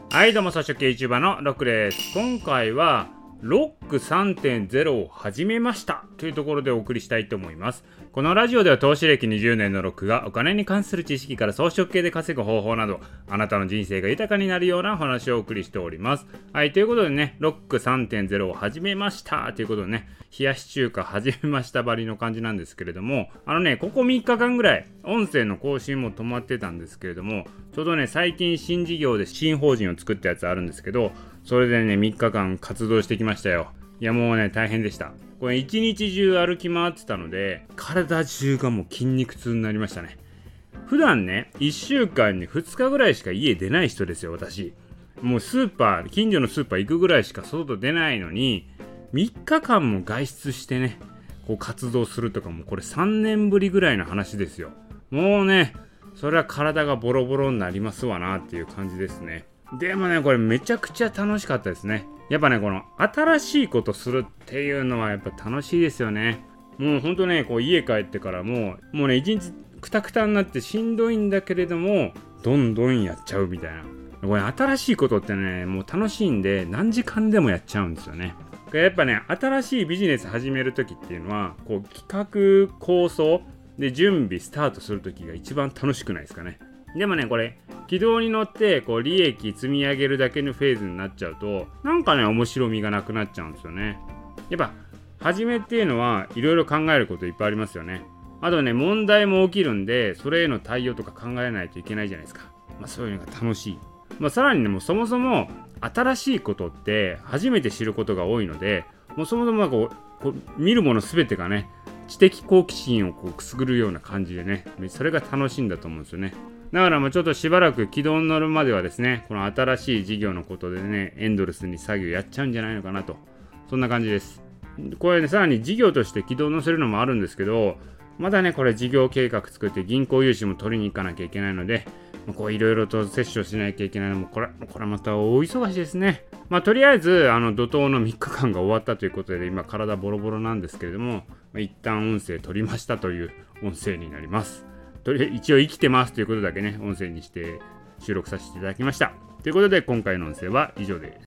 はいどうも、草食系 YouTuber のロックです。今回はロック 3.0 を始めましたというところでお送りしたいと思います。このラジオでは投資歴20年のロックがお金に関する知識から草食系で稼ぐ方法など、あなたの人生が豊かになるような話をお送りしております。はい、ということでね、ロック 3.0 を始めましたということでね、冷やし中華始めましたばりの感じなんですけれども、ここ3日間ぐらい音声の更新も止まってたんですけれども、ちょうどね、最近新事業で新法人を作ったやつあるんですけど、それでね、3日間活動してきましたよ。いやもうね、大変でした。これ一日中歩き回ってたので、体中がもう筋肉痛になりましたね。普段ね、1週間に2日ぐらいしか家出ない人ですよ、私。もう近所のスーパー行くぐらいしか外出ないのに、3日間も外出してね、こう活動するとかも、これ3年ぶりぐらいの話ですよ。もうね、それは体がボロボロになりますわなっていう感じですね。でもね、これめちゃくちゃ楽しかったですね。やっぱね、この新しいことするっていうのはやっぱ楽しいですよね。もうほんとね、こう家帰ってからもうね、一日クタクタになってしんどいんだけれども、どんどんやっちゃうみたいな。これ新しいことってね、もう楽しいんで何時間でもやっちゃうんですよね。やっぱね、新しいビジネス始めるときっていうのは、こう企画構想で準備スタートするときが一番楽しくないですかね。でもね、これ軌道に乗ってこう利益積み上げるだけのフェーズになっちゃうと、なんかね、面白みがなくなっちゃうんですよね。やっぱ始めっていうのはいろいろ考えることいっぱいありますよね。あとね、問題も起きるんで、それへの対応とか考えないといけないじゃないですか。そういうのが楽しい。さらにね、もうそもそも新しいことって初めて知ることが多いので、もうそもそもこう見るもの全てがね、知的好奇心をこうくすぐるような感じでね、それが楽しいんだと思うんですよね。だからちょっとしばらく軌道に乗るまではですね、この新しい事業のことでね、エンドレスに作業やっちゃうんじゃないのかなと。そんな感じです。これね、さらに事業として軌道に乗せるのもあるんですけど、まだね、これ事業計画作って銀行融資も取りに行かなきゃいけないので、こういろいろと折衝しなきゃいけないのも、これまた大忙しですね。とりあえず怒涛の3日間が終わったということで、今体ボロボロなんですけれども、一旦音声取りましたという音声になります。一応生きてますということだけね、音声にして収録させていただきました。ということで今回の音声は以上です。